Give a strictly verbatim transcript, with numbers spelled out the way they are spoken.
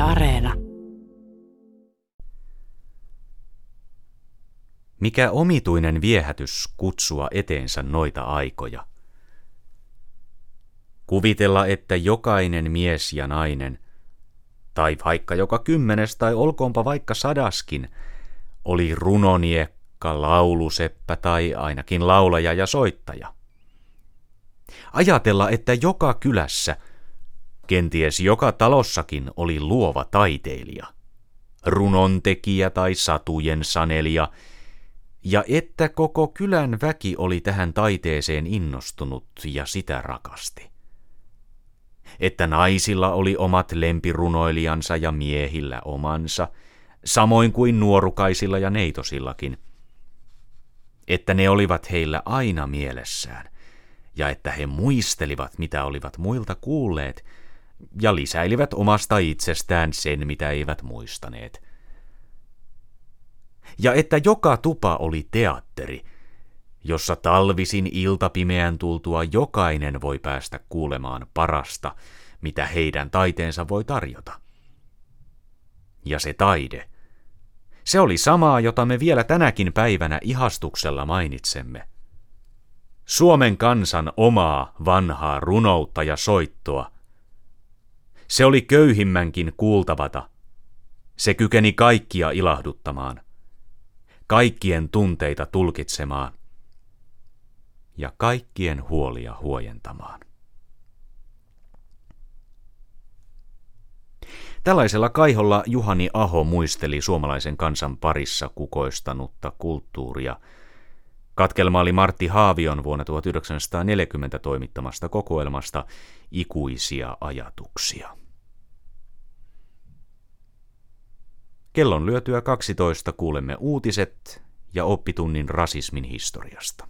Areena. Mikä omituinen viehätys kutsua eteensä noita aikoja. Kuvitella, että jokainen mies ja nainen, tai vaikka joka kymmenes tai olkoonpa vaikka sadaskin, oli runoniekka, lauluseppä tai ainakin laulaja ja soittaja. Ajatella, että joka kylässä, kenties joka talossakin oli luova taiteilija, runontekijä tai satujen sanelija, ja että koko kylän väki oli tähän taiteeseen innostunut ja sitä rakasti. Että naisilla oli omat lempirunoilijansa ja miehillä omansa, samoin kuin nuorukaisilla ja neitosillakin. Että ne olivat heillä aina mielessään, ja että he muistelivat, mitä olivat muilta kuulleet, ja lisäilivät omasta itsestään sen, mitä eivät muistaneet. Ja että joka tupa oli teatteri, jossa talvisin iltapimeän tultua jokainen voi päästä kuulemaan parasta, mitä heidän taiteensa voi tarjota. Ja se taide, se oli samaa, jota me vielä tänäkin päivänä ihastuksella mainitsemme. Suomen kansan omaa vanhaa runoutta ja soittoa. Se oli köyhimmänkin kuultavata. Se kykeni kaikkia ilahduttamaan, kaikkien tunteita tulkitsemaan ja kaikkien huolia huojentamaan. Tällaisella kaiholla Juhani Aho muisteli suomalaisen kansan parissa kukoistanutta kulttuuria. Katkelma oli Martti Haavion vuonna tuhatyhdeksänsataaneljäkymmentä toimittamasta kokoelmasta Ikuisia ajatuksia. Kellon lyötyä kaksitoista kuulemme uutiset ja oppitunnin rasismin historiasta.